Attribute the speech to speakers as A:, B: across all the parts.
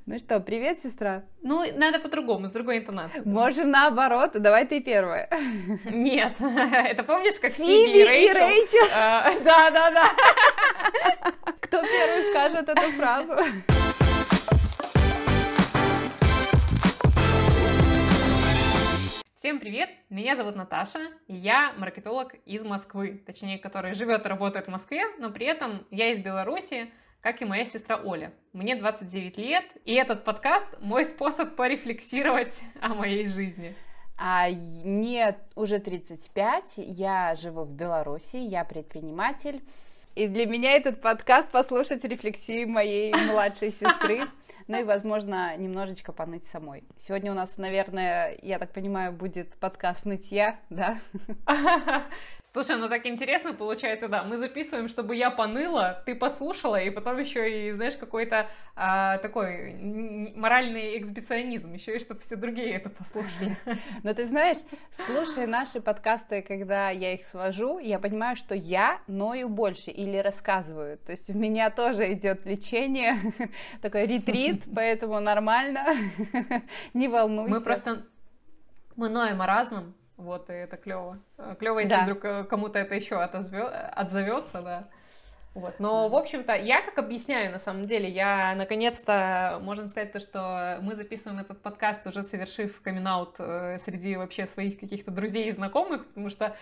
A: Ну что, привет, сестра.
B: Ну, надо по-другому, с другой интонацией.
A: Можем наоборот, давай ты первая.
B: Нет, это помнишь, как
A: Фиби
B: Фиби и
A: и
B: Рэйчел? Да.
A: Кто первый скажет эту фразу?
B: Всем привет, меня зовут Наташа, и я маркетолог из Москвы, точнее, который живет и работает в Москве, но при этом я из Беларуси, как и моя сестра Оля. Мне 29 лет, и этот подкаст мой способ порефлексировать о моей жизни.
A: Мне уже 35, я живу в Беларуси, я предприниматель. И для меня этот подкаст послушать рефлексии моей младшей сестры, ну и, возможно, немножечко поныть самой. Сегодня у нас, наверное, я так понимаю, будет подкаст нытья, да?
B: Слушай, ну так интересно получается, да, мы записываем, чтобы я поныла, ты послушала, и потом еще и, знаешь, какой-то такой моральный эксбиционизм, еще и чтобы все другие это послушали.
A: Но ты знаешь, слушая наши подкасты, когда я их свожу, я понимаю, что я ною больше или рассказываю, то есть у меня тоже идет лечение, такой ретрит, поэтому нормально, не волнуйся.
B: Мы ноем о разном. Вот, и это клево. Клево, если вдруг кому-то это еще отзовется, да. Вот. Но, в общем-то, я как объясняю, на самом деле, я наконец-то, можно сказать, то, что мы записываем этот подкаст, уже совершив камин-аут среди вообще своих каких-то друзей и знакомых, потому что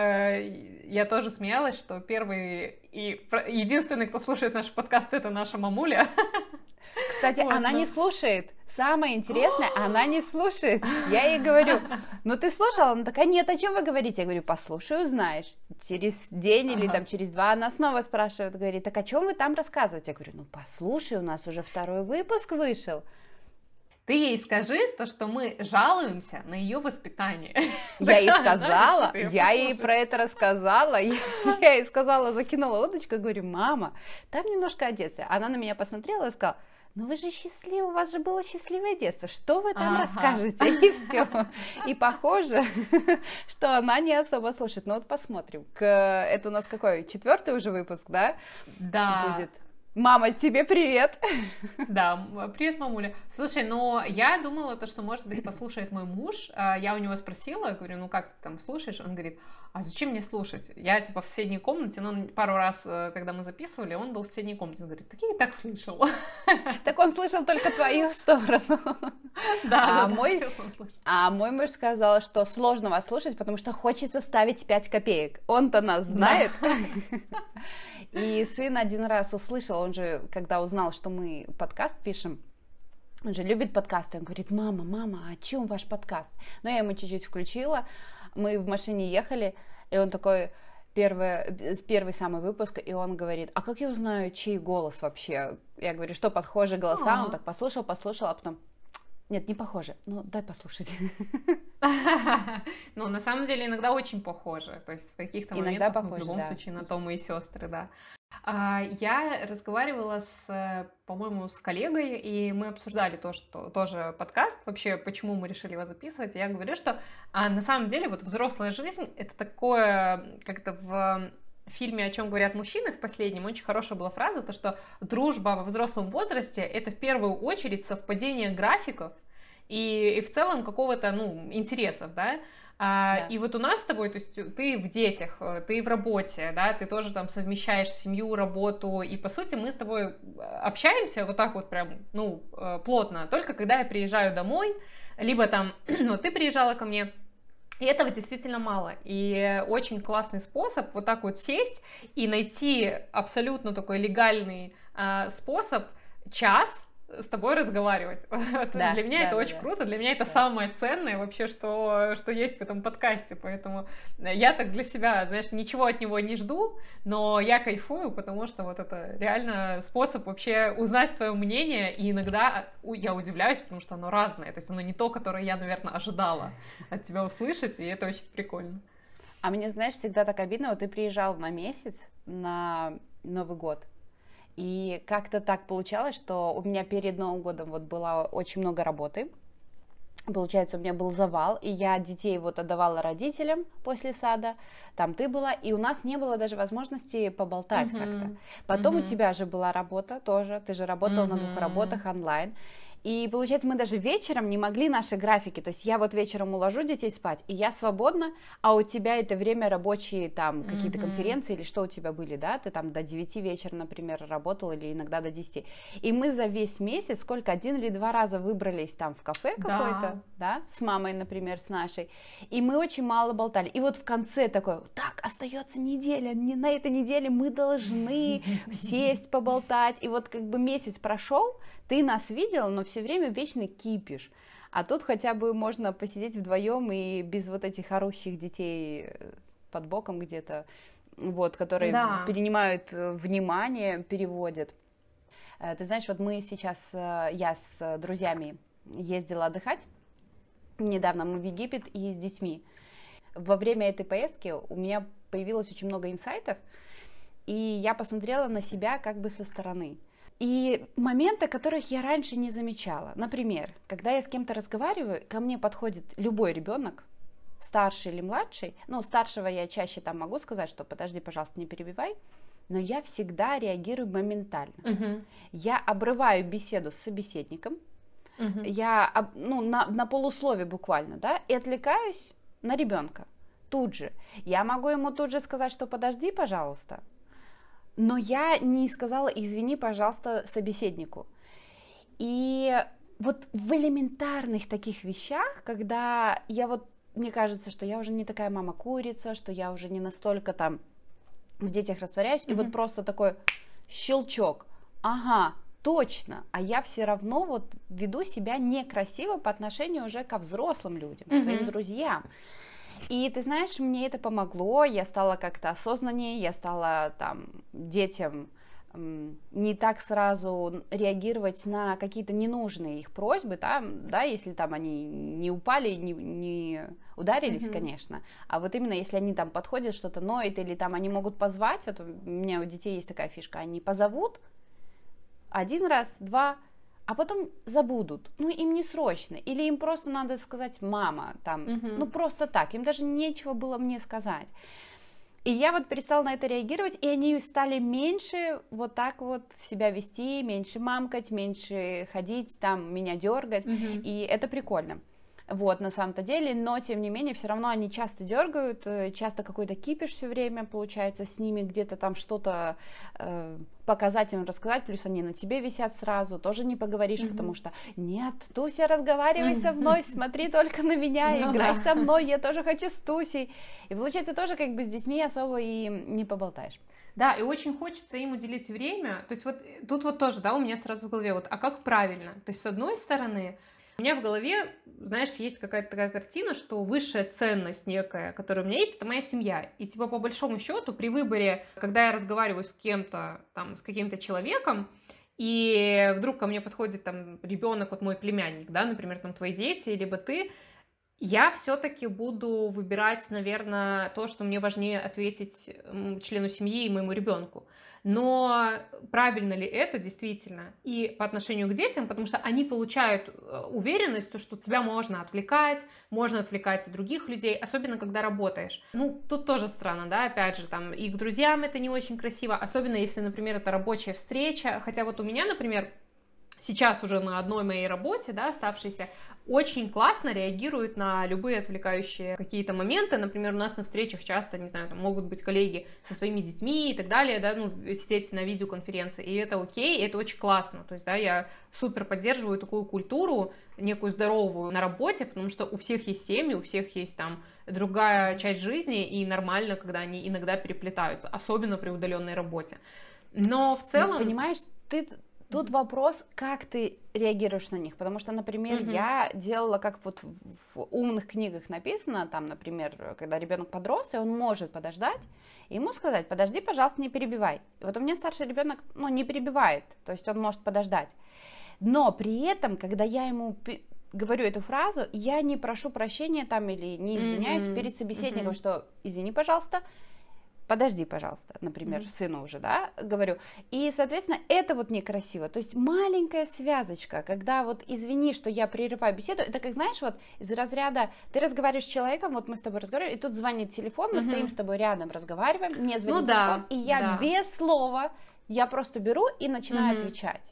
B: я тоже смеялась, что первый и единственный, кто слушает наш подкаст, это наша мамуля.
A: Кстати, она не слушает. Самое интересное, она не слушает. Я ей говорю, ну ты слушала? Она такая, нет, о чем вы говорите? Я говорю, послушай, узнаешь. Через день или там через два она снова спрашивает, говорит, так о чем вы там рассказываете? Я говорю, ну послушай, у нас уже 2-й выпуск вышел.
B: Ты ей скажи то, что мы жалуемся на ее воспитание.
A: Я ей сказала, я ей про это рассказала, я ей сказала, закинула удочку, говорю, мама, там немножко о детстве. Она на меня посмотрела и сказала, ну вы же счастливы, у вас же было счастливое детство, что вы там расскажете? И все. И похоже, что она не особо слушает. Ну вот посмотрим. Это у нас какой? 4-й уже выпуск, да?
B: Да.
A: Будет. Мама, тебе привет!
B: Да, привет, мамуля. Слушай, но я думала, то, что, может быть, послушает мой муж. Я у него спросила, говорю, ну как ты там слушаешь? Он говорит, а зачем мне слушать? Я типа в соседней комнате, но пару раз, когда мы записывали, он был в соседней комнате. Он говорит, так я и так слышал.
A: Так он слышал только твою сторону.
B: Да,
A: а мой муж сказал, что сложно вас слушать, потому что хочется вставить 5 копеек. Он-то нас знает. И сын один раз услышал, он же, когда узнал, что мы подкаст пишем, он же любит подкасты, он говорит, мама, о чем ваш подкаст? Но я ему чуть-чуть включила, мы в машине ехали, и он такой, первый самый выпуск, и он говорит, а как я узнаю, чей голос вообще? Я говорю, что похожие голоса? Он так послушал, а потом, нет, не похоже, ну дай послушать.
B: Ну, на самом деле, иногда очень похоже, то есть в каких-то моментах, в любом случае, на то мы и сестры, да. Я разговаривала по-моему, с коллегой, и мы обсуждали то, что тоже подкаст, вообще, почему мы решили его записывать. Я говорю, что на самом деле вот взрослая жизнь — это такое, как-то в фильме «О чем говорят мужчины» в последнем очень хорошая была фраза, то, что дружба во взрослом возрасте — это в первую очередь совпадение графиков и в целом какого-то, интересов, да. И вот у нас с тобой, то есть ты в детях, ты в работе, да, ты тоже там совмещаешь семью, работу, и по сути мы с тобой общаемся вот так вот прям, плотно, только когда я приезжаю домой, либо там, ты приезжала ко мне, и этого действительно мало. И очень классный способ вот так вот сесть и найти абсолютно такой легальный способ час с тобой разговаривать. Да, для меня это очень круто, для меня это самое ценное вообще, что есть в этом подкасте, поэтому я так для себя, знаешь, ничего от него не жду, но я кайфую, потому что вот это реально способ вообще узнать твое мнение, и иногда я удивляюсь, потому что оно разное, то есть оно не то, которое я, наверное, ожидала от тебя услышать, и это очень прикольно.
A: А мне, знаешь, всегда так обидно, вот ты приезжал на месяц на Новый год, и как-то так получалось, что у меня перед Новым годом вот было очень много работы. Получается, у меня был завал, и я детей вот отдавала родителям после сада, там ты была, и у нас не было даже возможности поболтать как-то. Потом у тебя же была работа тоже, ты же работала на 2 работах онлайн. И получается, мы даже вечером не могли наши графики, то есть я вот вечером уложу детей спать, и я свободна, а у тебя это время рабочие, там, какие-то конференции или что у тебя были, да, ты там до 9 вечера, например, работал или иногда до 10. И мы за весь месяц сколько, 1 или 2 раза выбрались там в кафе какое-то, да, с мамой, например, с нашей, и мы очень мало болтали. И вот в конце такой, так, остается неделя, на этой неделе мы должны сесть, поболтать, и вот как бы месяц прошел, ты нас видела, но все время вечно кипишь. А тут хотя бы можно посидеть вдвоем и без вот этих орущих детей под боком где-то, вот, которые перенимают внимание, переводят. Ты знаешь, вот мы сейчас, я с друзьями ездила отдыхать, недавно мы в Египет и с детьми. Во время этой поездки у меня появилось очень много инсайтов, и я посмотрела на себя как бы со стороны. И моменты, которых я раньше не замечала. Например, когда я с кем-то разговариваю, ко мне подходит любой ребенок, старший или младший. Ну, старшего я чаще там могу сказать, что подожди, пожалуйста, не перебивай. Но я всегда реагирую моментально. Я обрываю беседу с собеседником, я на полуслове буквально, да, и отвлекаюсь на ребенка тут же. Я могу ему тут же сказать, что подожди, пожалуйста. Но я не сказала, извини, пожалуйста, собеседнику. И вот в элементарных таких вещах, когда мне кажется, что я уже не такая мама-курица, что я уже не настолько там в детях растворяюсь, и вот просто такой щелчок, ага, точно, а я все равно вот веду себя некрасиво по отношению уже ко взрослым людям, к своим друзьям. И ты знаешь, мне это помогло, я стала как-то осознаннее, я стала там детям не так сразу реагировать на какие-то ненужные их просьбы, да, если там они не упали, не ударились, конечно, а вот именно если они там подходят, что-то ноет, или там они могут позвать, вот у меня у детей есть такая фишка, они позовут 1 раз, 2, а потом забудут, ну им не срочно, или им просто надо сказать мама, там, ну просто так, им даже нечего было мне сказать. И я вот перестала на это реагировать, и они стали меньше вот так вот себя вести, меньше мамкать, меньше ходить, там, меня дергать, и это прикольно. Вот, на самом-то деле, но, тем не менее, все равно они часто дергают, часто какой-то кипиш все время, получается, с ними где-то там что-то показать им, рассказать, плюс они на тебе висят сразу, тоже не поговоришь, потому что, нет, Туся, разговаривай со мной, смотри только на меня, играй со мной, я тоже хочу с Тусей, и получается, тоже как бы с детьми особо и не поболтаешь.
B: Да, и очень хочется им уделить время, то есть вот тут вот тоже, да, у меня сразу в голове, вот, а как правильно, то есть с одной стороны, у меня в голове, знаешь, есть какая-то такая картина, что высшая ценность некая, которая у меня есть, это моя семья. И типа по большому счету при выборе, когда я разговариваю с кем-то, там, с каким-то человеком, и вдруг ко мне подходит там ребенок, вот мой племянник, да, например, там твои дети, либо ты, я все-таки буду выбирать, наверное, то, что мне важнее ответить члену семьи и моему ребенку. Но правильно ли это действительно и по отношению к детям, потому что они получают уверенность, что тебя можно отвлекать от других людей, особенно когда работаешь. Ну, тут тоже странно, да, опять же, там, и к друзьям это не очень красиво, особенно если, например, это рабочая встреча, хотя вот у меня, например, сейчас уже на одной моей работе, да, оставшейся, очень классно реагируют на любые отвлекающие какие-то моменты. Например, у нас на встречах часто, не знаю, там могут быть коллеги со своими детьми и так далее, да, ну, сидеть на видеоконференции, и это окей, и это очень классно. То есть, да, я супер поддерживаю такую культуру, некую здоровую на работе, потому что у всех есть семьи, у всех есть там другая часть жизни, и нормально, когда они иногда переплетаются, особенно при удаленной работе. Но в целом...
A: Ну, понимаешь, Тут вопрос, как ты реагируешь на них, потому что, например, я делала, как вот в умных книгах написано, там, например, когда ребенок подрос, и он может подождать, ему сказать, подожди, пожалуйста, не перебивай. И вот у меня старший ребенок, ну, не перебивает, то есть он может подождать. Но при этом, когда я ему говорю эту фразу, я не прошу прощения там или не извиняюсь перед собеседником, что извини, пожалуйста, подожди, пожалуйста, например, сыну уже, да, говорю. И, соответственно, это вот некрасиво. То есть маленькая связочка, когда вот извини, что я прерываю беседу, это как, знаешь, вот из разряда, ты разговариваешь с человеком, вот мы с тобой разговариваем, и тут звонит телефон, мы стоим с тобой рядом, разговариваем, мне звонит телефон, и я без слова, я просто беру и начинаю отвечать.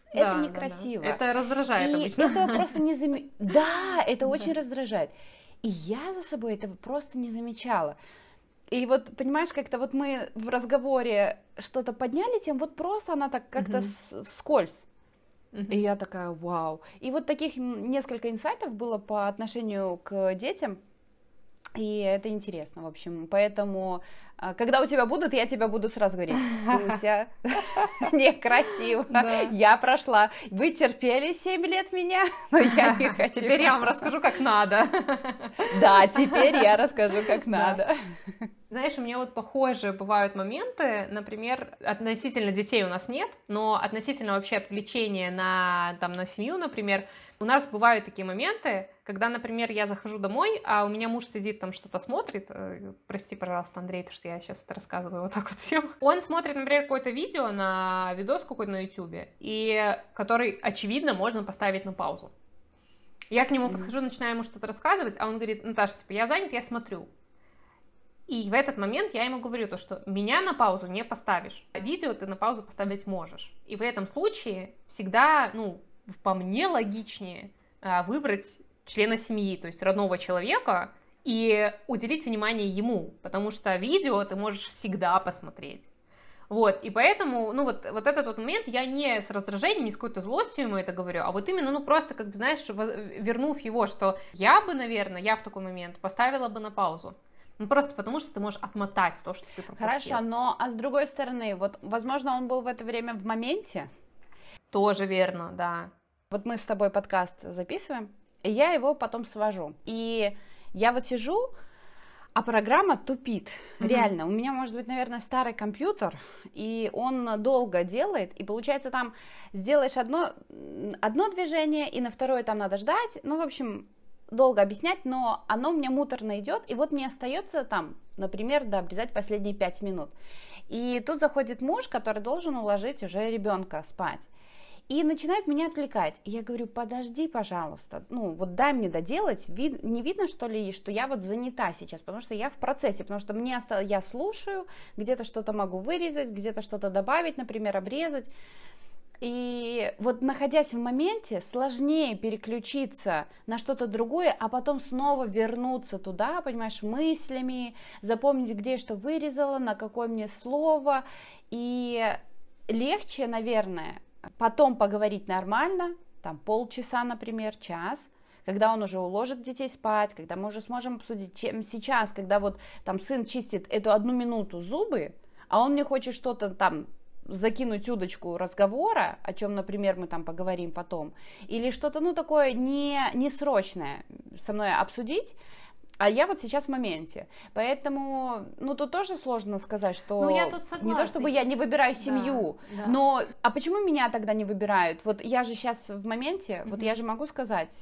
A: Это некрасиво.
B: Да. Это раздражает обычно.
A: И этого просто не замечать. Да, это очень раздражает. И я за собой этого просто не замечала. И вот, понимаешь, как-то вот мы в разговоре что-то подняли тем, вот просто она так как-то вскользь. И я такая, вау. И вот таких несколько инсайтов было по отношению к детям. И это интересно, в общем. Поэтому, когда у тебя будут, я тебя буду сразу говорить: Туся, некрасиво, я прошла. Вы терпели 7 лет меня, но я не хочу.
B: Теперь я вам расскажу, как надо.
A: Да, теперь я расскажу, как надо.
B: Знаешь, у меня вот похожие бывают моменты, например, относительно детей у нас нет, но относительно вообще отвлечения на семью, например, у нас бывают такие моменты, когда, например, я захожу домой, а у меня муж сидит там что-то смотрит, прости, пожалуйста, Андрей, то, что я сейчас это рассказываю вот так вот всем. Он смотрит, например, какое-то видео, видос какой-то на ютубе, и который, очевидно, можно поставить на паузу. Я к нему подхожу, начинаю ему что-то рассказывать, а он говорит: Наташа, типа, я занят, я смотрю. И в этот момент я ему говорю то, что меня на паузу не поставишь, а видео ты на паузу поставить можешь. И в этом случае всегда, по мне логичнее выбрать члена семьи, то есть родного человека, и уделить внимание ему, потому что видео ты можешь всегда посмотреть. Вот, и поэтому, вот этот вот момент я не с раздражением, не с какой-то злостью ему это говорю, а вот именно, просто, как бы, знаешь, вернув его, что я бы, наверное, в такой момент поставила бы на паузу. Просто потому, что ты можешь отмотать то, что ты пропустил.
A: Хорошо, но с другой стороны, вот, возможно, он был в это время в моменте.
B: Тоже верно, да.
A: Вот мы с тобой подкаст записываем, и я его потом свожу. И я вот сижу, а программа тупит. Реально, у меня, может быть, наверное, старый компьютер, и он долго делает, и получается, там сделаешь одно движение, и на второе там надо ждать, в общем, долго объяснять, но оно мне муторно идет, и вот мне остается там, например, обрезать последние 5 минут. И тут заходит муж, который должен уложить уже ребенка спать, и начинает меня отвлекать. И я говорю: подожди, пожалуйста, вот дай мне доделать, не видно, что ли, что я вот занята сейчас, потому что я в процессе, потому что я слушаю, где-то что-то могу вырезать, где-то что-то добавить, например, обрезать. И вот, находясь в моменте, сложнее переключиться на что-то другое, а потом снова вернуться туда, понимаешь, мыслями, запомнить, где я что вырезала, на какое мне слово. И легче, наверное, потом поговорить нормально, там полчаса, например, час, когда он уже уложит детей спать, когда мы уже сможем обсудить, чем сейчас, когда вот там сын чистит эту 1 минуту зубы, а он мне хочет что-то там закинуть удочку разговора, о чем, например, мы там поговорим потом, или что-то, такое не срочное со мной обсудить, а я вот сейчас в моменте. Поэтому, тут тоже сложно сказать, что
B: я тут согласна.
A: Не то, чтобы я не выбираю семью, но а почему меня тогда не выбирают? Вот я же сейчас в моменте, вот я же могу сказать: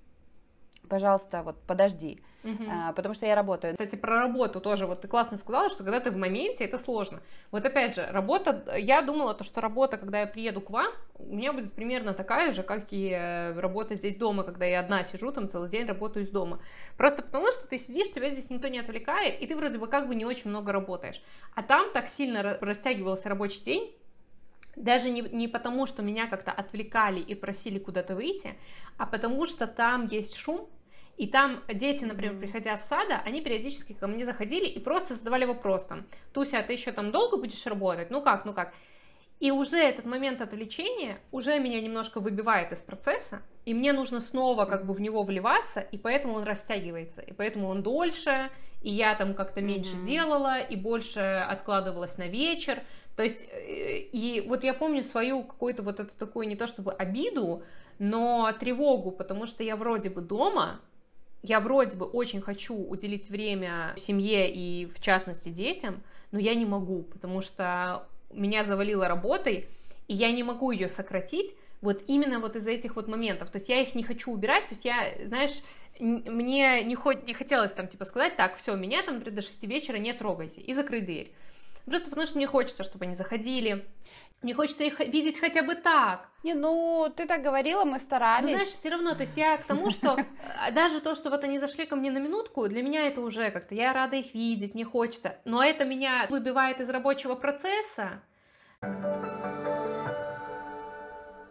A: пожалуйста, вот подожди. Потому что я работаю.
B: Кстати, про работу тоже, вот ты классно сказала, что когда ты в моменте, это сложно. Вот опять же, работа, я думала, что работа, когда я приеду к вам, у меня будет примерно такая же, как и работа здесь дома, когда я одна сижу, там целый день работаю из дома. Просто потому что ты сидишь, тебя здесь никто не отвлекает, и ты вроде бы как бы не очень много работаешь. А там так сильно растягивался рабочий день, даже не потому, что меня как-то отвлекали и просили куда-то выйти, а потому что там есть шум. И там дети, например, приходя с сада, они периодически ко мне заходили и просто задавали вопрос там: Туся, а ты еще там долго будешь работать? Ну как? И уже этот момент отвлечения уже меня немножко выбивает из процесса, и мне нужно снова как бы в него вливаться, и поэтому он растягивается, и поэтому он дольше, и я там как-то меньше делала, и больше откладывалась на вечер. То есть, и вот я помню свою какую-то вот эту такую, не то чтобы обиду, но тревогу, потому что я вроде бы дома, я вроде бы очень хочу уделить время семье и, в частности, детям, но я не могу, потому что меня завалило работой, и я не могу ее сократить вот именно вот из-за этих вот моментов. То есть я их не хочу убирать, то есть я, знаешь, мне не хотелось там типа сказать: так, все, меня там до 6 вечера не трогайте, и закрыть дверь. Просто потому что мне хочется, чтобы они заходили. Мне хочется их видеть хотя бы так.
A: Ты так говорила, мы старались.
B: Знаешь, все равно, то есть я к тому, что даже то, что вот они зашли ко мне на минутку, для меня это уже как-то, я рада их видеть, мне хочется. Но это меня выбивает из рабочего процесса.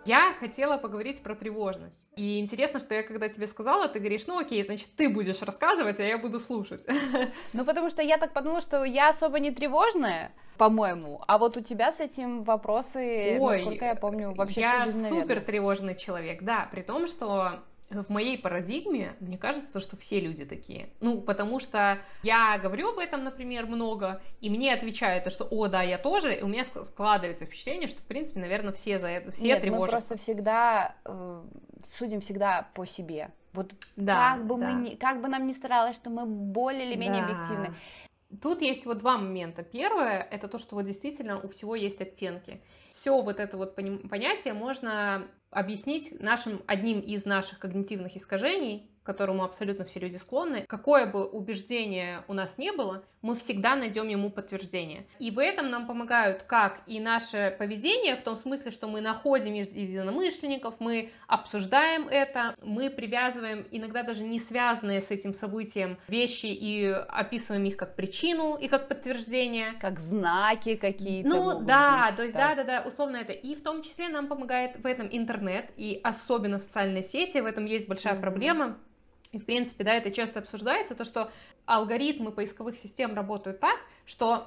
B: Я хотела поговорить про тревожность. И интересно, что я когда тебе сказала, ты говоришь, ну окей, значит, ты будешь рассказывать, а я буду слушать.
A: Ну, потому что я так подумала, что я особо не тревожная, по-моему, а вот у тебя с этим вопросы, насколько я помню, вообще всю жизнь, наверное.
B: Я супер тревожный человек, да, при том, что в моей парадигме, мне кажется, что все люди такие. Ну, потому что я говорю об этом, например, много, и мне отвечают, что, о, да, я тоже, и у меня складывается впечатление, что, в принципе, наверное, все за это, все тревожатся.
A: Мы просто всегда судим всегда по себе. Вот да, как бы нам ни старалось, что мы более или менее объективны.
B: Тут есть вот два момента. Первое, это то, что вот действительно у всего есть оттенки. Все вот это вот понятие можно объяснить одним из наших когнитивных искажений, к которому абсолютно все люди склонны. Какое бы убеждение у нас не было, мы всегда найдем ему подтверждение. И в этом нам помогают как и наше поведение, в том смысле, что мы находим единомышленников, мы обсуждаем это, мы привязываем иногда даже не связанные с этим событием вещи и описываем их как причину и как подтверждение.
A: Как знаки какие-то.
B: Ну да, быть, то есть да, условно это. И в том числе нам помогает в этом интернет и особенно социальные сети, в этом есть большая проблема. И, в принципе, да, это часто обсуждается, то, что алгоритмы поисковых систем работают так, что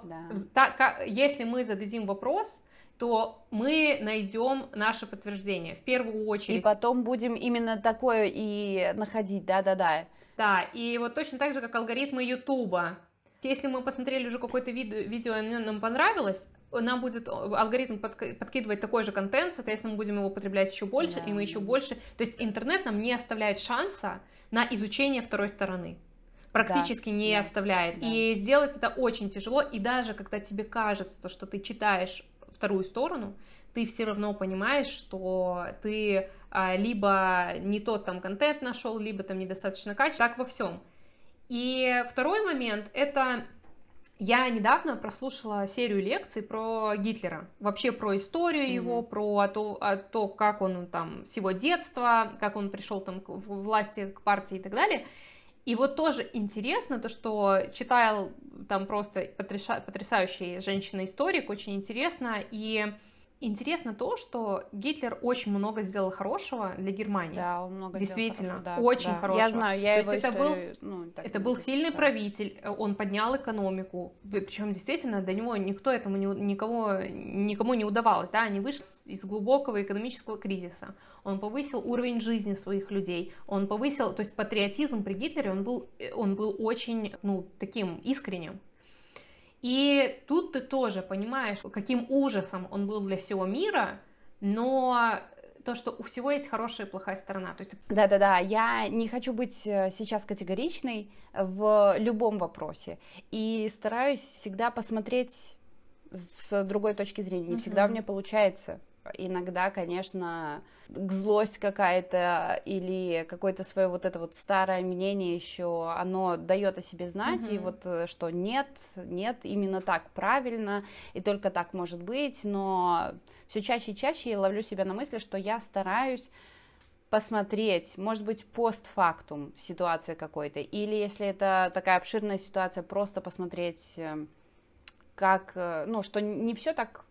B: если мы зададим вопрос, то мы найдем наше подтверждение в первую очередь.
A: И потом будем именно такое и находить, да.
B: Да, и вот точно так же, как алгоритмы Ютуба. Если мы посмотрели уже какое-то видео, и нам понравилось, нам будет алгоритм подкидывать такой же контент, соответственно, мы будем его потреблять еще больше, и мы еще больше. То есть интернет нам не оставляет шанса на изучение второй стороны. Практически не оставляет. Да. И сделать это очень тяжело. И даже когда тебе кажется, то, что ты читаешь вторую сторону, ты все равно понимаешь, что ты либо не тот там контент нашел, либо там недостаточно качественный. Так во всем. И второй момент — это я недавно прослушала серию лекций про Гитлера, вообще про историю его, про то, как он там с его детства, как он пришел там к власти, к партии и так далее. И вот тоже интересно то, что читал там просто потрясающий женщина-историк, очень интересно, и интересно то, что Гитлер очень много сделал хорошего для Германии.
A: Да, он много
B: действительно,
A: сделал
B: очень хорошего.
A: Я знаю, я его
B: это был сильный правитель, он поднял экономику, причем действительно до него никому не удавалось, да, они вышли из глубокого экономического кризиса, он повысил уровень жизни своих людей, он повысил, то есть патриотизм при Гитлере, он был очень, таким искренним. И тут ты тоже понимаешь, каким ужасом он был для всего мира, но то, что у всего есть хорошая и плохая сторона. То есть...
A: Да, я не хочу быть сейчас категоричной в любом вопросе, и стараюсь всегда посмотреть с другой точки зрения, не всегда у меня получается. Иногда, конечно, злость какая-то или какое-то свое вот это вот старое мнение еще, оно дает о себе знать, и вот что нет, именно так правильно, и только так может быть, но все чаще и чаще я ловлю себя на мысли, что я стараюсь посмотреть, может быть, постфактум ситуации какой-то, или если это такая обширная ситуация, просто посмотреть, как, что не все так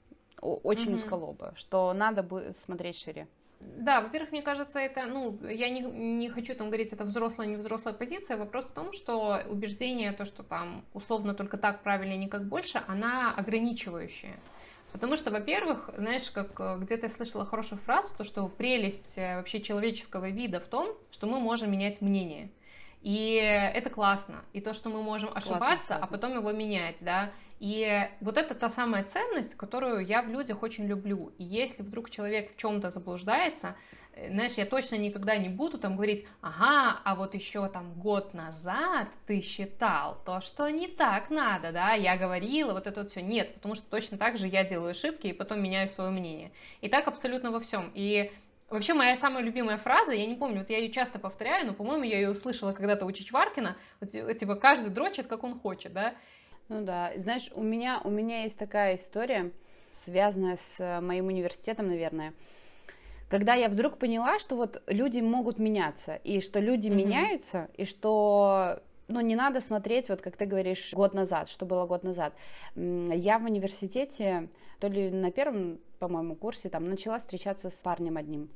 A: очень узколобо, что надо бы смотреть шире.
B: Да, во-первых, мне кажется, это, я не хочу там говорить, это взрослая, не взрослая позиция, вопрос в том, что убеждение, то, что там условно только так правильно и никак больше, она ограничивающая. Потому что, во-первых, знаешь, как где-то я слышала хорошую фразу, то, что прелесть вообще человеческого вида в том, что мы можем менять мнение. И это классно. И то, что мы можем ошибаться, а потом его менять, да. И вот это та самая ценность, которую я в людях очень люблю. И если вдруг человек в чем-то заблуждается, знаешь, я точно никогда не буду там говорить, ага, а вот еще там год назад ты считал то, что не так надо, да, я говорила, вот это вот все. Нет, потому что точно так же я делаю ошибки и потом меняю свое мнение. И так абсолютно во всем. И вообще моя самая любимая фраза, я не помню, вот я ее часто повторяю, но, по-моему, я ее услышала когда-то у Чичваркина, вот, типа каждый дрочит, как он хочет, да.
A: Ну да, знаешь, у меня есть такая история, связанная с моим университетом, наверное, когда я вдруг поняла, что вот люди могут меняться, и что люди меняются, и что, не надо смотреть, вот как ты говоришь, год назад, что было год назад. Я в университете, то ли на первом по-моему, курсе, там, начала встречаться с парнем одним.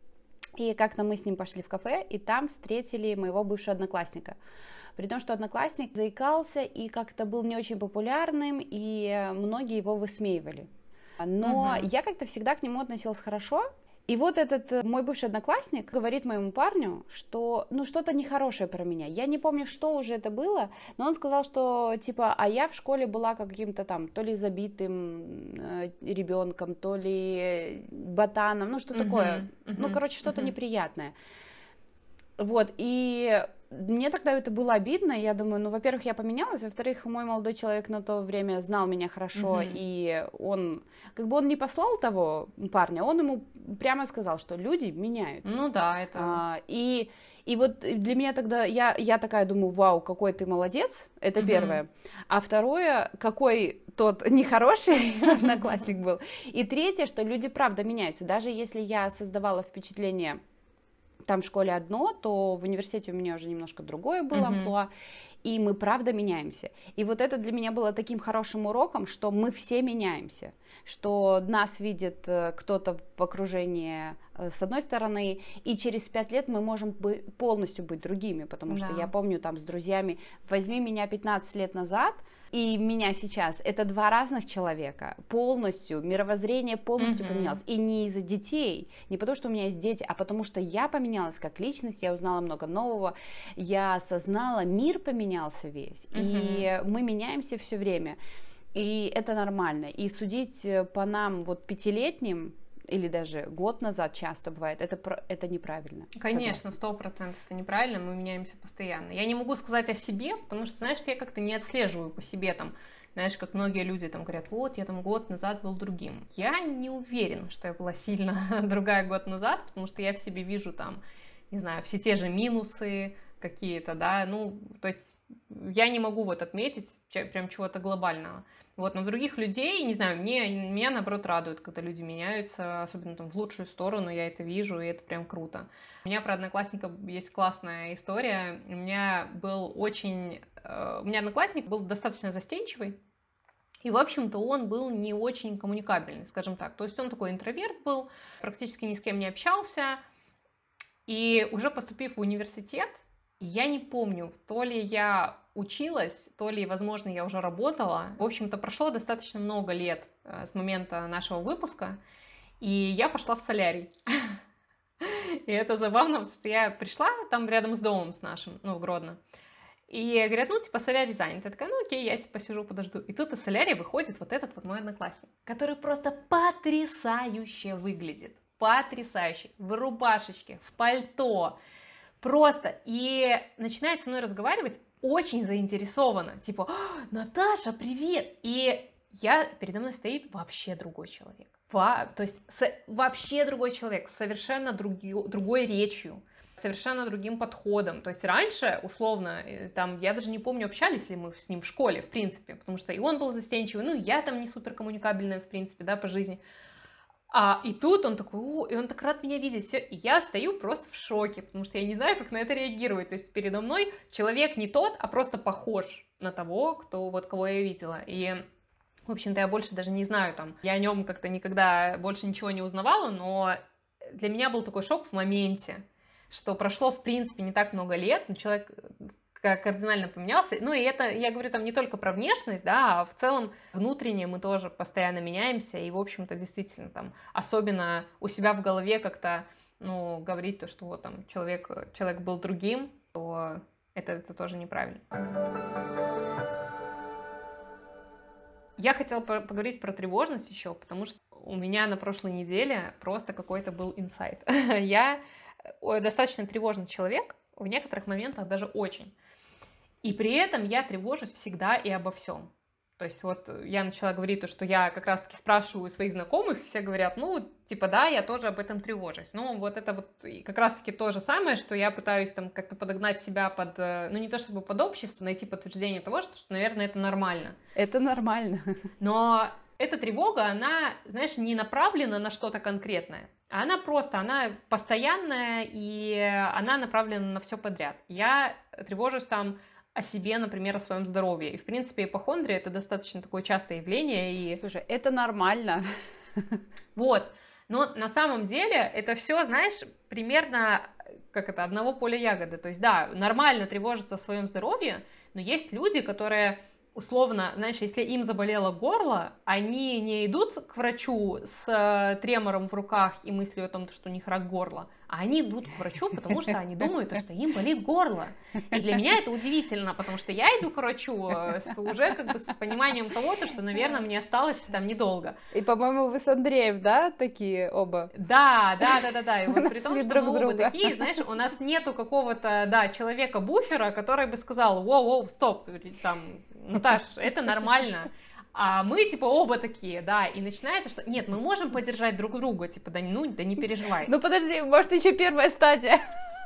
A: И как-то мы с ним пошли в кафе, и там встретили моего бывшего одноклассника. При том, что одноклассник заикался и как-то был не очень популярным, и многие его высмеивали. Но я как-то всегда к нему относилась хорошо. И вот этот мой бывший одноклассник говорит моему парню, что, ну, что-то нехорошее про меня. Я не помню, что уже это было, но он сказал, что, типа, а я в школе была каким-то там, то ли забитым ребенком, то ли ботаном, ну, что такое. Ну, короче, что-то неприятное. Вот, и мне тогда это было обидно, я думаю, ну, во-первых, я поменялась, во-вторых, мой молодой человек на то время знал меня хорошо, и он, как бы он не послал того парня, он ему прямо сказал, что люди меняются.
B: Ну да, это...
A: И вот для меня тогда, я такая думаю, вау, какой ты молодец, это первое, а второе, какой тот нехороший одноклассник был, и третье, что люди правда меняются, даже если я создавала впечатление... Там в школе одно, то в университете у меня уже немножко другое было амплуа, и мы правда меняемся. И вот это для меня было таким хорошим уроком, что мы все меняемся, что нас видит кто-то в окружении с одной стороны, и через 5 лет мы можем полностью быть другими, потому что я помню там с друзьями, возьми меня 15 лет назад, и меня сейчас, это два разных человека, полностью, мировоззрение полностью поменялось, и не из-за детей, не потому что у меня есть дети, а потому что я поменялась как личность, я узнала много нового, я осознала, мир поменялся весь, и мы меняемся все время, и это нормально, и судить по нам вот 5-летним, или даже год назад часто бывает, это неправильно.
B: Конечно, 100% это неправильно, мы меняемся постоянно. Я не могу сказать о себе, потому что, знаешь, я как-то не отслеживаю по себе, там, знаешь, как многие люди там говорят, вот, я там год назад был другим. Я не уверена, что я была сильно другая год назад, потому что я в себе вижу там, не знаю, все те же минусы какие-то, да, ну, то есть я не могу вот отметить прям чего-то глобального. Вот, но в других людей, не знаю, меня наоборот радует, когда люди меняются, особенно там в лучшую сторону, я это вижу, и это прям круто. У меня про одноклассника есть классная история. У меня одноклассник был достаточно застенчивый, и, в общем-то, он был не очень коммуникабельный, скажем так. То есть он такой интроверт был, практически ни с кем не общался, и уже поступив в университет, я не помню, то ли я училась, то ли, возможно, я уже работала. В общем-то, прошло достаточно много лет с момента нашего выпуска, и я пошла в солярий. И это забавно, потому что я пришла там рядом с домом с нашим, ну, в Гродно. И говорят, ну, типа, солярий занят. Я такая, ну, окей, я посижу, подожду. И тут из солярия выходит вот этот вот мой одноклассник, который просто потрясающе выглядит. Потрясающе. В рубашечке, в пальто. Просто. И начинает со мной разговаривать очень заинтересованно. Типа, Наташа, привет! И передо мной стоит вообще другой человек. То есть вообще другой человек, с совершенно другой речью, совершенно другим подходом. То есть раньше, условно, там, я даже не помню, общались ли мы с ним в школе, в принципе, потому что и он был застенчивый, ну, я там не суперкоммуникабельная, в принципе, да, по жизни. И тут он такой, и он так рад меня видеть, все, и я стою просто в шоке, потому что я не знаю, как на это реагировать, то есть передо мной человек не тот, а просто похож на того, кого я видела, и, в общем-то, я больше даже не знаю, там, я о нем как-то никогда больше ничего не узнавала, но для меня был такой шок в моменте, что прошло, в принципе, не так много лет, но человек кардинально поменялся. Ну, и это, я говорю там не только про внешность, да, а в целом внутренне мы тоже постоянно меняемся, и, в общем-то, действительно, там, особенно у себя в голове как-то, ну, говорить то, что вот там человек был другим, то это тоже неправильно. Я хотела поговорить про тревожность еще, потому что у меня на прошлой неделе просто какой-то был инсайт. Я достаточно тревожный человек, в некоторых моментах даже очень. И при этом я тревожусь всегда и обо всем. То есть вот я начала говорить то, что я как раз-таки спрашиваю своих знакомых, все говорят, ну, типа, да, я тоже об этом тревожусь. Ну, вот это вот как раз-таки то же самое, что я пытаюсь там как-то подогнать себя под, ну, не то чтобы под общество, найти подтверждение того, что, наверное, это нормально.
A: Это нормально.
B: Но эта тревога, она, знаешь, не направлена на что-то конкретное. Она постоянная, и она направлена на все подряд. Я тревожусь там о себе, например, о своем здоровье. И, в принципе, ипохондрия — это достаточно такое частое явление.
A: Слушай, это нормально.
B: Вот. Но на самом деле это все, знаешь, примерно одного поля ягоды. То есть, да, нормально тревожиться о своем здоровье, но есть люди, которые условно, знаешь, если им заболело горло, они не идут к врачу с тремором в руках и мыслью о том, что у них рак горла, а они идут к врачу, потому что они думают, что им болит горло. И для меня это удивительно, потому что я иду к врачу уже с пониманием того, что, наверное, мне осталось там недолго.
A: И, по-моему, вы с Андреем, да, такие оба?
B: Да. И вот при том, что мы оба такие, знаешь, у нас нету какого-то, человека-буфера, который бы сказал: воу, стоп, там, Наташ, это нормально. А мы, оба такие, да, и начинается, что нет, мы можем поддержать друг друга, да не переживай.
A: Ну, подожди, может, еще первая стадия.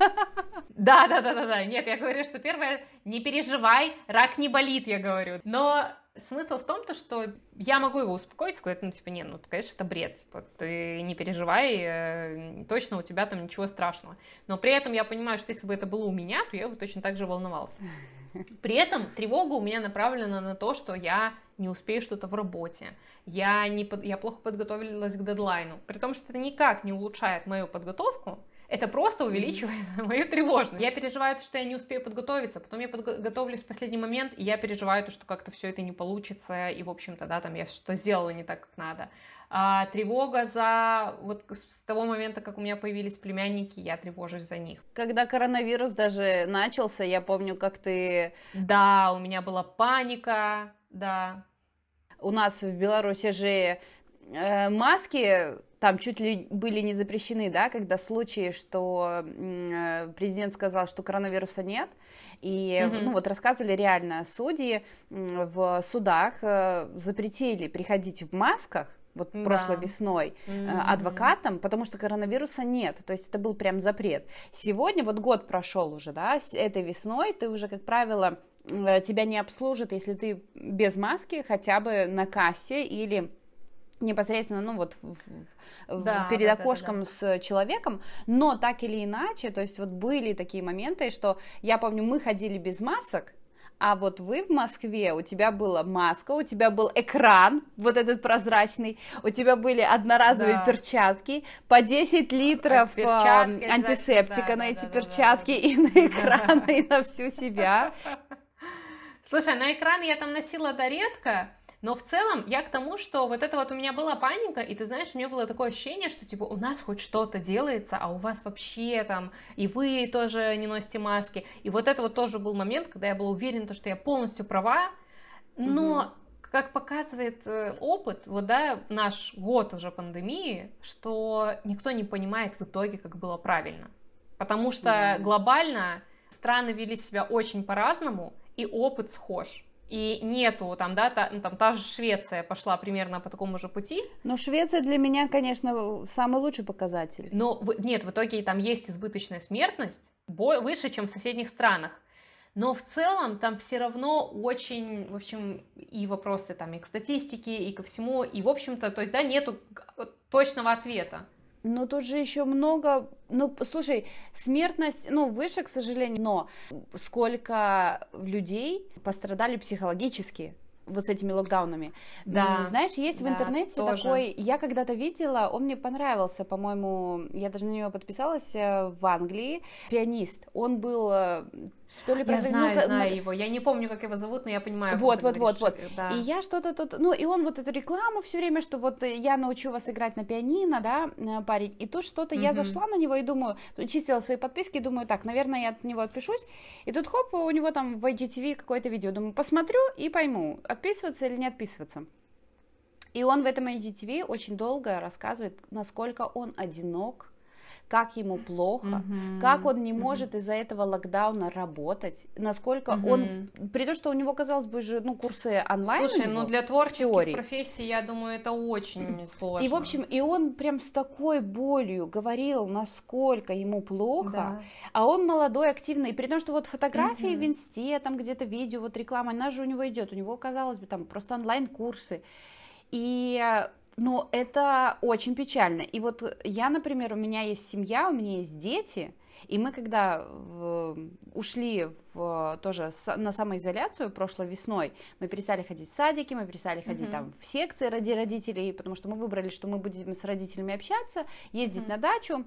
B: Да, нет, я говорю, что первое, не переживай, рак не болит, я говорю. Но смысл в том, что я могу его успокоить, сказать, конечно, это бред, ты не переживай, точно у тебя там ничего страшного. Но при этом я понимаю, что если бы это было у меня, то я бы точно так же волновалась. При этом тревога у меня направлена на то, что я не успею что-то в работе, я плохо подготовилась к дедлайну, при том, что это никак не улучшает мою подготовку, это просто увеличивает мою тревожность. Я переживаю, что я не успею подготовиться, потом я подготовлюсь в последний момент, и я переживаю, что как-то все это не получится, и, в общем-то, я что-то сделала не так, как надо. Тревога с того момента, как у меня появились племянники, я тревожусь за них.
A: Когда коронавирус даже начался, я помню, как ты...
B: Да, у меня была паника, да.
A: У нас в Беларуси же маски там чуть ли были не запрещены, да, когда случаи, что президент сказал, что коронавируса нет, и рассказывали реально судьи в судах запретили приходить в масках, прошлой весной, адвокатам, потому что коронавируса нет, то есть это был прям запрет. Сегодня, год прошел уже, да, с этой весной ты уже, как правило, тебя не обслужат, если ты без маски, хотя бы на кассе или непосредственно, перед окошком с человеком, но так или иначе, то есть были такие моменты, что я помню, мы ходили без масок, а вы в Москве, у тебя была маска, у тебя был экран, этот прозрачный, у тебя были одноразовые перчатки, по 10 литров антисептика на эти перчатки и на экран, и на всю себя.
B: Слушай, на экран я там носила редко, но в целом я к тому, что у меня была паника, и ты знаешь, у меня было такое ощущение, что у нас хоть что-то делается, а у вас вообще там, и вы тоже не носите маски. И это тоже был момент, когда я была уверена, что я полностью права, но, как показывает опыт, наш год уже пандемии, что никто не понимает в итоге, как было правильно. Потому что глобально страны вели себя очень по-разному, и опыт схож. И нету та же Швеция пошла примерно по такому же пути.
A: Но Швеция для меня, конечно, самый лучший показатель.
B: Но нет, в итоге там есть избыточная смертность, выше, чем в соседних странах. Но в целом там все равно очень, в общем, и вопросы и к статистике, и ко всему, и, в общем-то, то есть, нету точного ответа.
A: Но тут же еще много, слушай, смертность, выше, к сожалению, но сколько людей пострадали психологически с этими локдаунами.
B: Да.
A: Знаешь, есть в интернете тоже такой, я когда-то видела, он мне понравился, по-моему, я даже на него подписалась, в Англии, пианист, он был...
B: Я знаю его, я не помню, как его зовут, но я понимаю.
A: Вот. Да. И я что-то тут, и он эту рекламу все время, что я научу вас играть на пианино, да, парень, и тут что-то, я зашла на него и думаю, чистила свои подписки, думаю, так, наверное, я от него отпишусь, и тут хоп, у него там в IGTV какое-то видео, думаю, посмотрю и пойму, отписываться или не отписываться. И он в этом IGTV очень долго рассказывает, насколько он одинок, как ему плохо, как он не может из-за этого локдауна работать, насколько он, при том, что у него, казалось бы, же, курсы онлайн.
B: Слушай, для творческих профессий, я думаю, это очень сложно.
A: И, в общем, и он прям с такой болью говорил, насколько ему плохо, а он молодой, активный, и при том, что фотографии в инсте, там где-то видео, реклама, она же у него идет, у него, казалось бы, там просто онлайн-курсы, но это очень печально. И я, например, у меня есть семья, у меня есть дети, И мы когда ушли тоже на самоизоляцию прошлой весной, мы перестали ходить в садики, мы перестали ходить там в секции ради родителей, потому что мы выбрали, что мы будем с родителями общаться, ездить на дачу.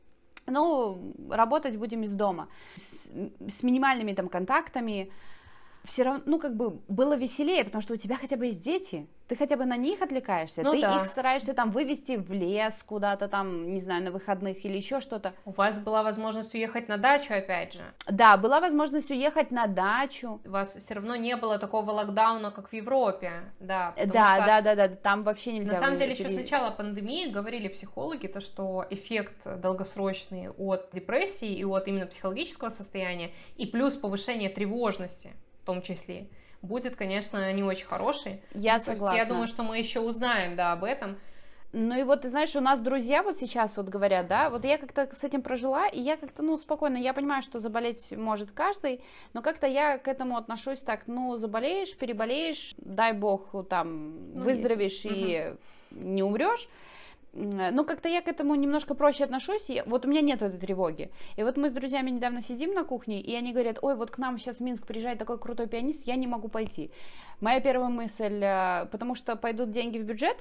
A: Ну, работать будем из дома, с минимальными там контактами. Все равно, ну, как бы было веселее, потому что у тебя хотя бы есть дети, ты хотя бы на них отвлекаешься, ты их стараешься там вывести в лес куда-то там, не знаю, на выходных или еще что-то.
B: У вас была возможность уехать на дачу, опять же?
A: Да, была возможность уехать на дачу.
B: У вас все равно не было такого локдауна, как в Европе, да.
A: Да, там вообще нельзя.
B: На самом деле, еще с начала пандемии говорили психологи, то, что эффект долгосрочный от депрессии и от именно психологического состояния, и плюс повышение тревожности, в том числе, будет, конечно, не очень хороший.
A: Я согласна.
B: Я думаю, что мы еще узнаем, да, об этом.
A: Ну и вот, ты знаешь, у нас друзья вот сейчас вот говорят, да, вот я как-то с этим прожила, и я как-то, ну, спокойно, я понимаю, что заболеть может каждый, но как-то я к этому отношусь так, ну, заболеешь, переболеешь, дай бог, там, выздоровеешь и не умрешь. Ну, как-то я к этому немножко проще отношусь, вот у меня нет этой тревоги. И вот мы с друзьями недавно сидим на кухне, и они говорят, ой, вот к нам сейчас в Минск приезжает такой крутой пианист, я не могу пойти. Моя первая мысль, потому что пойдут деньги в бюджет?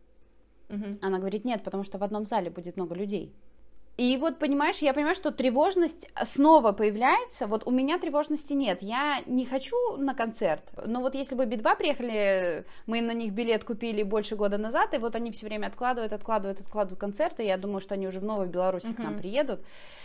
A: Она говорит, нет, потому что в одном зале будет много людей. И вот, понимаешь, я понимаю, что тревожность снова появляется, вот у меня тревожности нет, я не хочу на концерт, но вот если бы Би-2 приехали, мы на них билет купили больше года назад, и вот они все время откладывают концерты, я думаю, что они уже в Новой Беларуси к нам приедут,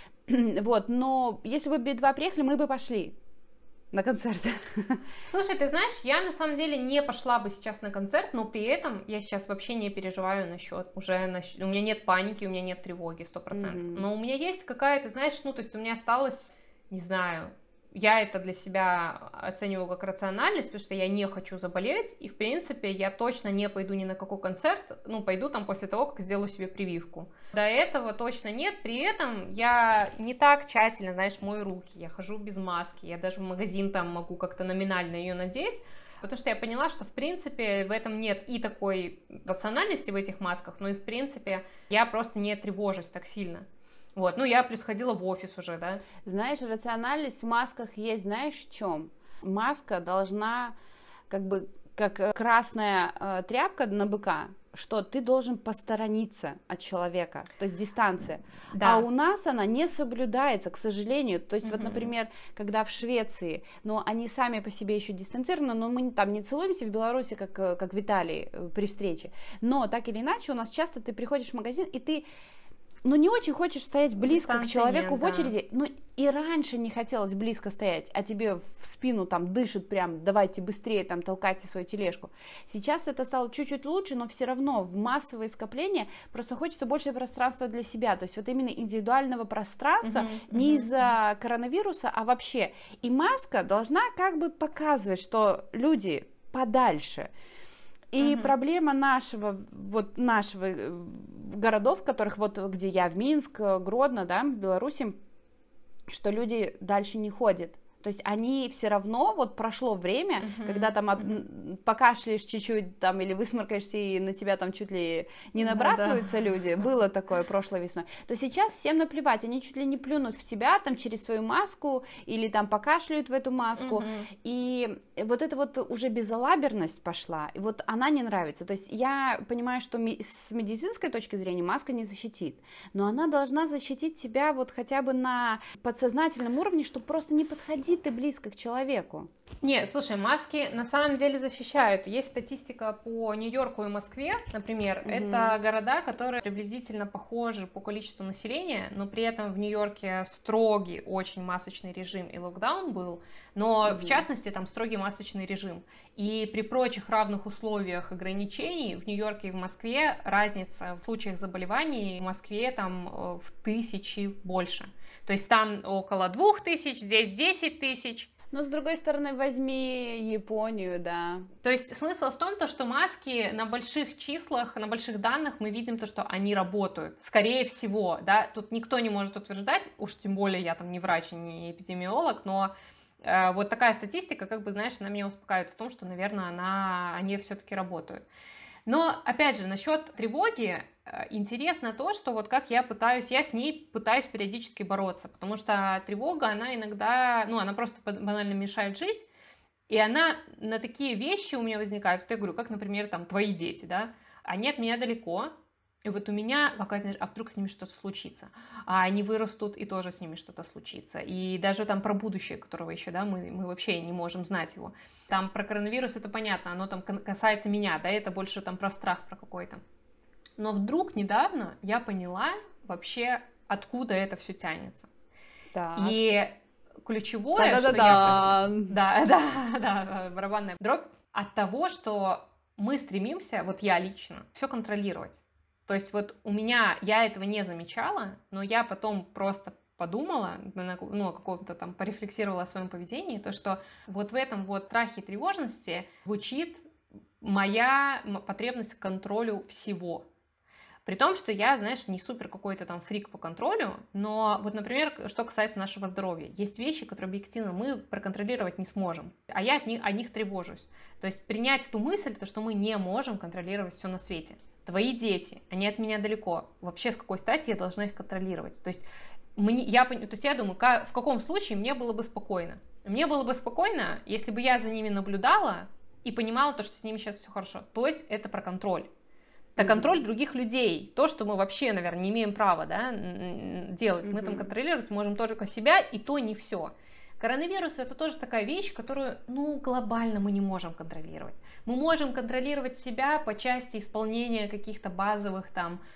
A: вот, но если бы Би-2 приехали, мы бы пошли на концерт.
B: Слушай, ты знаешь, я на самом деле не пошла бы сейчас на концерт, но при этом я сейчас вообще не переживаю насчет, у меня нет паники, у меня нет тревоги 100%, но у меня есть какая-то, знаешь, ну, то есть у меня осталось, не знаю, я это для себя оцениваю как рациональность, потому что я не хочу заболеть, и, в принципе, я точно не пойду ни на какой концерт, ну, пойду там после того, как сделаю себе прививку. До этого точно нет, при этом я не так тщательно, знаешь, мою руки, я хожу без маски, я даже в магазин там могу как-то номинально ее надеть, потому что я поняла, что, в принципе, в этом нет и такой рациональности в этих масках, но и, в принципе, я просто не тревожусь так сильно. Вот, ну я плюс ходила в офис уже, да.
A: Знаешь, рациональность в масках есть, знаешь, в чем? Маска должна, как бы, как красная тряпка на быка, что ты должен посторониться от человека, то есть дистанция. Да. А у нас она не соблюдается, к сожалению. То есть вот, например, когда в Швеции, но они сами по себе еще дистанцированы, но мы там не целуемся в Беларуси, как в Италии при встрече. Но так или иначе у нас часто ты приходишь в магазин, и ты не очень хочешь стоять близко к человеку в очереди, и раньше не хотелось близко стоять, а тебе в спину там дышит прям, давайте быстрее там толкайте свою тележку. Сейчас это стало чуть-чуть лучше, но все равно в массовые скопления просто хочется больше пространства для себя, то есть вот именно индивидуального пространства, не из-за коронавируса, а вообще. И маска должна как бы показывать, что люди подальше. И проблема нашего городов, в которых вот где я, в Минск, Гродно, да, в Беларуси, что люди дальше не ходят. То есть они все равно, вот прошло время, когда там покашляешь чуть-чуть там или высморкаешься, и на тебя там чуть ли не набрасываются люди, было такое прошлой весной, то сейчас всем наплевать, они чуть ли не плюнут в тебя там через свою маску или там покашляют в эту маску, и вот это вот уже безалаберность пошла, и вот она не нравится. То есть я понимаю, что с медицинской точки зрения маска не защитит, но она должна защитить тебя вот хотя бы на подсознательном уровне, чтобы просто не подходить ты близко к человеку.
B: Не, слушай, маски на самом деле защищают. Есть статистика по Нью-Йорку и Москве, например. Это города, которые приблизительно похожи по количеству населения, но при этом в Нью-Йорке строгий очень масочный режим и локдаун был, но в частности там строгий масочный режим. И при прочих равных условиях ограничений в Нью-Йорке и в Москве разница в случаях заболеваний в Москве там в 1000 больше. То есть там около 2000, здесь 10 тысяч.
A: Но с другой стороны, возьми Японию, да.
B: То есть смысл в том, что маски на больших числах, на больших данных мы видим то, что они работают. Скорее всего, да, тут никто не может утверждать, уж тем более я там не врач, не эпидемиолог, но вот такая статистика, как бы, знаешь, она меня успокаивает в том, что, наверное, они все-таки работают. Но, опять же, насчет тревоги, интересно то, что вот как я с ней пытаюсь периодически бороться, потому что тревога, она иногда, ну, она просто банально мешает жить, и она на такие вещи у меня возникает, вот я говорю, как, например, там, твои дети, да, они от меня далеко, и вот у меня какая-то, знаешь, а вдруг с ними что-то случится, а они вырастут, и тоже с ними что-то случится, и даже там про будущее, которого еще, да, мы вообще не можем знать его, там про коронавирус это понятно, оно там касается меня, да, это больше там про страх, про какой-то, но вдруг недавно я поняла вообще, откуда это все тянется, и ключевое, что я... барабанная дробь, от того, что мы стремимся, вот я лично, все контролировать. То есть вот у меня, я этого не замечала, но я потом просто подумала, ну, каком-то там порефлексировала о своем поведении, то, что вот в этом вот страхе и тревожности звучит моя потребность к контролю всего. При том, что я, знаешь, не супер какой-то там фрик по контролю, но вот, например, что касается нашего здоровья, есть вещи, которые объективно мы проконтролировать не сможем, а я о них тревожусь. То есть принять ту мысль, то, что мы не можем контролировать все на свете. Твои дети, они от меня далеко. Вообще, с какой стати я должна их контролировать? То есть я думаю, в каком случае мне было бы спокойно? Мне было бы спокойно, если бы я за ними наблюдала и понимала то, что с ними сейчас все хорошо. То есть это про контроль. Это контроль других людей. То, что мы вообще, наверное, не имеем права, да, делать. Мы там контролировать можем только себя, и то не все. Коронавирус — это тоже такая вещь, которую, ну, глобально мы не можем контролировать. Мы можем контролировать себя по части исполнения каких-то базовых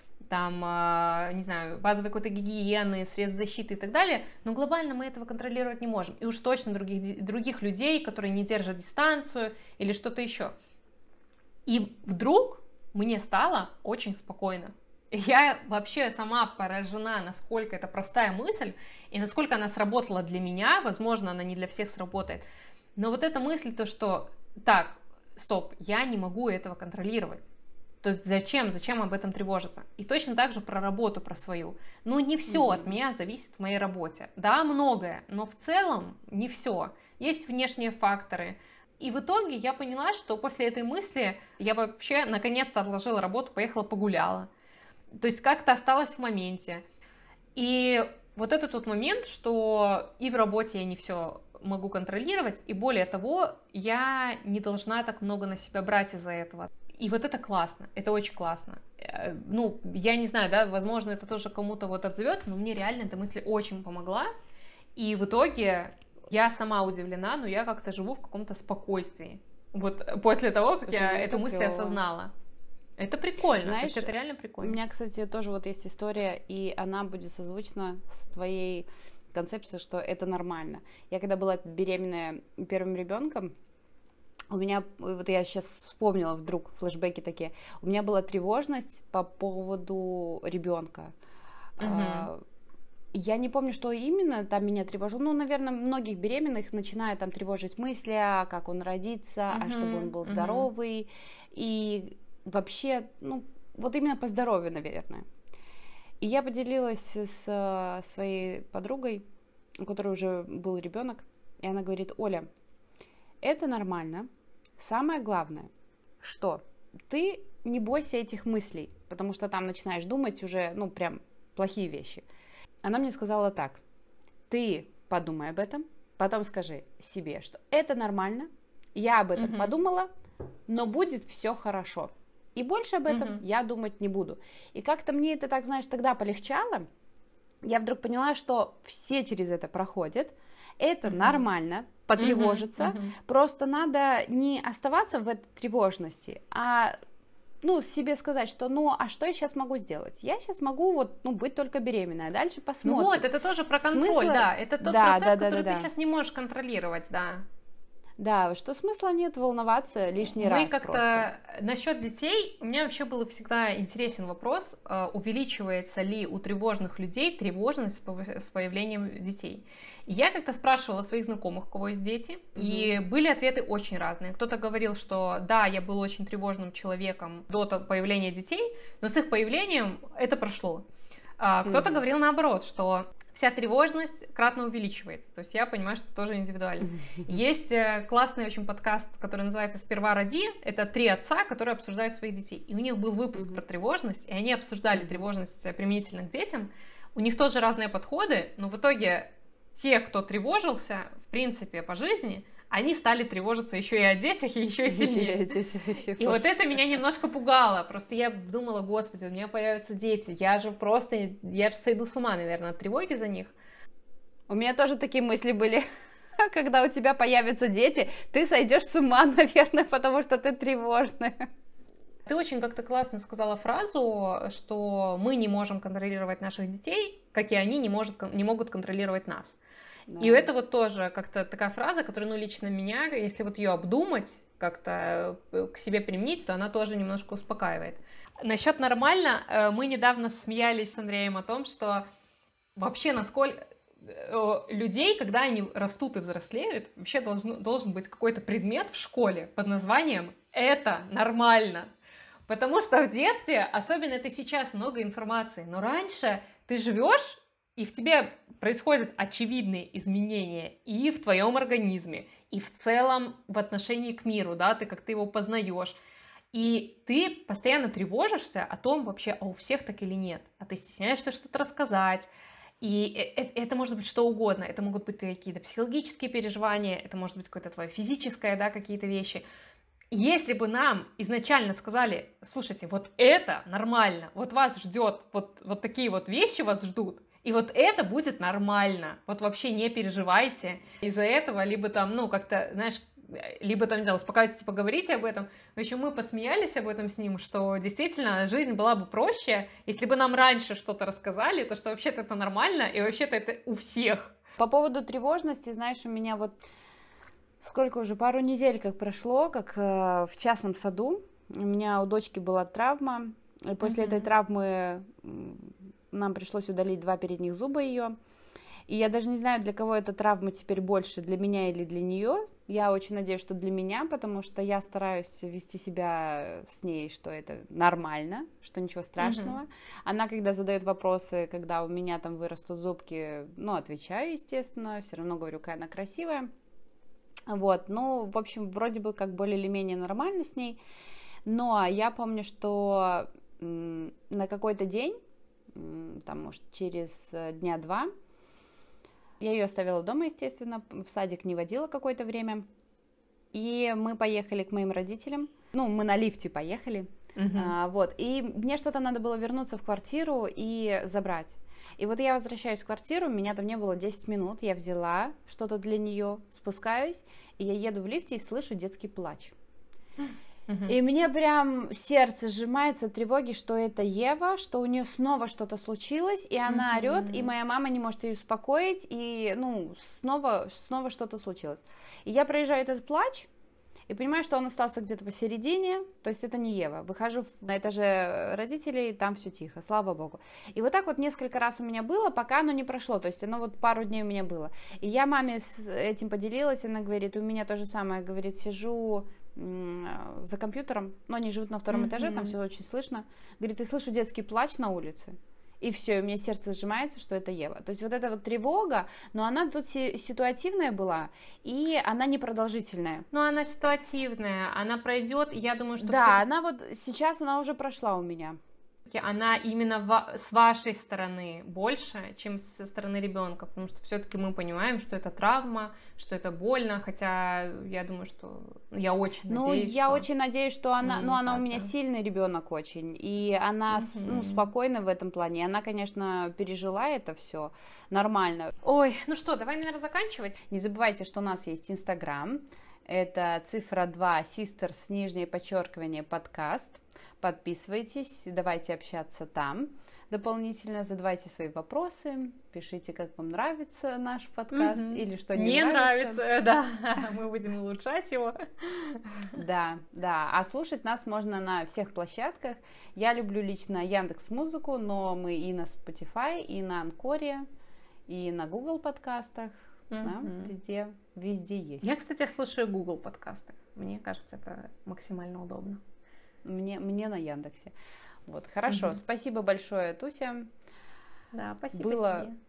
B: не знаю, базовой какой-то гигиены, средств защиты и так далее, но глобально мы этого контролировать не можем. И уж точно других людей, которые не держат дистанцию или что-то еще. И вдруг мне стало очень спокойно. Я вообще сама поражена, насколько это простая мысль, и насколько она сработала для меня, возможно, она не для всех сработает. Но вот эта мысль, то что, так, стоп, я не могу этого контролировать. То есть зачем об этом тревожиться? И точно так же про работу, про свою. Ну, не все от меня зависит в моей работе. Да, многое, но в целом не все. Есть внешние факторы. И в итоге я поняла, что после этой мысли я вообще наконец-то отложила работу, поехала погуляла. То есть как-то осталась в моменте. И вот этот вот момент, что и в работе я не все могу контролировать, и более того, я не должна так много на себя брать из-за этого. И вот это классно, это очень классно. Ну, я не знаю, да, возможно, это тоже кому-то вот отзовется, но мне реально эта мысль очень помогла. И в итоге я сама удивлена, но я как-то живу в каком-то спокойствии. Вот после того, как я эту мысль осознала. Это прикольно, знаешь, то есть это реально прикольно.
A: У меня, кстати, тоже вот есть история, и она будет созвучна с твоей концепцией, что это нормально. Я когда была беременная первым ребенком, у меня, вот я сейчас вспомнила вдруг, флешбеки такие, у меня была тревожность по поводу ребенка. Я не помню, что именно там меня тревожило. Ну, наверное, многих беременных начинают там тревожить мысли, как он родится, чтобы он был здоровый. И вообще, ну, вот именно по здоровью, наверное. И я поделилась с своей подругой, у которой уже был ребенок, и она говорит: Оля, это нормально. Самое главное, что ты не бойся этих мыслей, потому что там начинаешь думать уже, ну, прям плохие вещи. Она мне сказала так: ты подумай об этом, потом скажи себе, что это нормально, я об этом подумала, но будет все хорошо. И больше об этом я думать не буду. И как-то мне это так, знаешь, тогда полегчало. Я вдруг поняла, что все через это проходят. Это нормально, потревожиться. Просто надо не оставаться в этой тревожности, а себе сказать, что а что я сейчас могу сделать? Я сейчас могу быть только беременной, а дальше посмотрим.
B: Ну вот, это тоже про контроль, да. Это тот процесс, который ты сейчас не можешь контролировать, да.
A: Да, что смысла нет волноваться лишний раз
B: как-то
A: просто.
B: Насчет детей, у меня вообще был всегда интересен вопрос, увеличивается ли у тревожных людей тревожность с появлением детей. И я как-то спрашивала своих знакомых, у кого есть дети, и были ответы очень разные. Кто-то говорил, что да, я был очень тревожным человеком до появления детей, но с их появлением это прошло. Кто-то говорил наоборот, что вся тревожность кратно увеличивается. То есть я понимаю, что это тоже индивидуально. Есть классный очень подкаст, который называется «Сперва роди». Это 3 отца, которые обсуждают своих детей. И у них был выпуск про тревожность, и они обсуждали тревожность применительно к детям. У них тоже разные подходы, но в итоге те, кто тревожился, в принципе, по жизни, они стали тревожиться еще и о детях, и еще и сильнее. И вот это меня немножко пугало. Просто я думала, господи, у меня появятся дети. Я же сойду с ума, наверное, от тревоги за них.
A: У меня тоже такие мысли были. Когда у тебя появятся дети, ты сойдешь с ума, наверное, потому что ты тревожная.
B: Ты очень как-то классно сказала фразу, что мы не можем контролировать наших детей, как и они не могут контролировать нас. Да. И это вот тоже как-то такая фраза, которая, лично меня, если вот ее обдумать, как-то к себе применить, то она тоже немножко успокаивает. Насчет нормально, мы недавно смеялись с Андреем о том, что вообще насколько людей, когда они растут и взрослеют, вообще должен быть какой-то предмет в школе под названием «это нормально». Потому что в детстве, особенно это сейчас, много информации, но раньше ты живешь, и в тебе происходят очевидные изменения и в твоем организме, и в целом в отношении к миру, да, ты его познаешь. И ты постоянно тревожишься о том вообще, а у всех так или нет. А ты стесняешься что-то рассказать. И это может быть что угодно. Это могут быть какие-то психологические переживания, это может быть какое-то твое физическое, да, какие-то вещи. Если бы нам изначально сказали, слушайте, вот это нормально, вот вас ждет, вот такие вот вещи вас ждут, и вот это будет нормально, вот вообще не переживайте из-за этого, либо там, как-то, знаешь, либо там, не знаю, успокаивайтесь, поговорите об этом. В общем, мы посмеялись об этом с ним, что действительно жизнь была бы проще, если бы нам раньше что-то рассказали, то что вообще-то это нормально, и вообще-то это у всех.
A: По поводу тревожности, знаешь, у меня вот сколько уже, пару недель как прошло, как в частном саду, у меня у дочки была травма, и после этой травмы нам пришлось удалить 2 передних зуба ее. И я даже не знаю, для кого эта травма теперь больше, для меня или для нее. Я очень надеюсь, что для меня, потому что я стараюсь вести себя с ней, что это нормально, что ничего страшного. Она, когда задает вопросы, когда у меня там вырастут зубки, отвечаю, естественно, все равно говорю, какая она красивая. Вот, в общем, вроде бы как более или менее нормально с ней. Но я помню, что на какой-то день, там, может, через 2 дня, я ее оставила дома, естественно, в садик не водила какое-то время, и мы поехали к моим родителям, мы на лифте поехали, вот, и мне что-то надо было вернуться в квартиру и забрать. И вот я возвращаюсь в квартиру, меня там не было 10 минут, я взяла что-то для нее, спускаюсь, и я еду в лифте и слышу детский плач. И мне прям сердце сжимается от тревоги, что это Ева, что у нее снова что-то случилось, и она орет, и моя мама не может ее успокоить, и, снова что-то случилось. И я проезжаю этот плач, и понимаю, что он остался где-то посередине, то есть это не Ева. Выхожу на этаже родителей, там все тихо, слава богу. И вот так вот несколько раз у меня было, пока оно не прошло, то есть оно вот пару дней у меня было. И я маме с этим поделилась, она говорит, у меня то же самое, говорит, сижу за компьютером, но они живут на 2-м этаже, там все очень слышно. Говорит, и слышу детский плач на улице. И все, и у меня сердце сжимается, что это Ева. То есть вот эта вот тревога, но она тут ситуативная была, и она непродолжительная.
B: Но она ситуативная, она пройдет, я думаю, что...
A: Да, она вот сейчас, она уже прошла у меня.
B: Она именно с вашей стороны больше, чем со стороны ребенка, потому что все-таки мы понимаем, что это травма, что это больно, хотя я думаю, что я очень надеюсь.
A: Я очень надеюсь, что она, она у меня сильный ребенок очень, и она спокойна в этом плане. Она, конечно, пережила это все нормально.
B: Ой, что, давай, наверное, заканчивать.
A: Не забывайте, что у нас есть Инстаграм. Это цифра 2, sisters, _ подкаст. Подписывайтесь, давайте общаться там. Дополнительно задавайте свои вопросы, пишите, как вам нравится наш подкаст или что не нравится.
B: Да, мы будем улучшать его.
A: Да. А слушать нас можно на всех площадках. Я люблю лично Яндекс.Музыку, но мы и на Spotify, и на Анкоре, и на Google подкастах. Да, везде есть.
B: Я, кстати, слушаю Google подкасты. Мне кажется, это максимально удобно.
A: Мне на Яндексе. Вот, хорошо. Спасибо большое, Туся.
B: Да, спасибо
A: Было
B: тебе.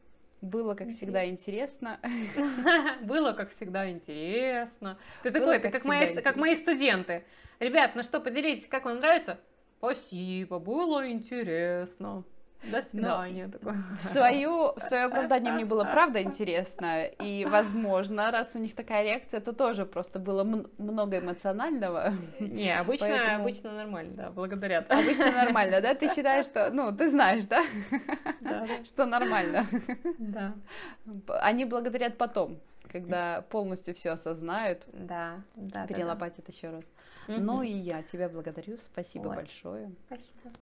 A: Было, как всегда, интересно.
B: Было, как всегда, интересно. Ты такой, ты как мои студенты. Ребят, ну что, поделитесь, как вам нравится? Спасибо, было интересно. До свидания.
A: В свое оправдание мне было правда интересно, и, возможно, раз у них такая реакция, то тоже просто было много эмоционального.
B: Не, обычно нормально, да, благодарят.
A: Обычно нормально, да? Ты считаешь, что, ты знаешь, да? Что нормально.
B: Да.
A: Они благодарят потом, когда полностью все осознают.
B: Да.
A: Перелопатят еще раз. Ну и я тебя благодарю, спасибо большое.
B: Спасибо.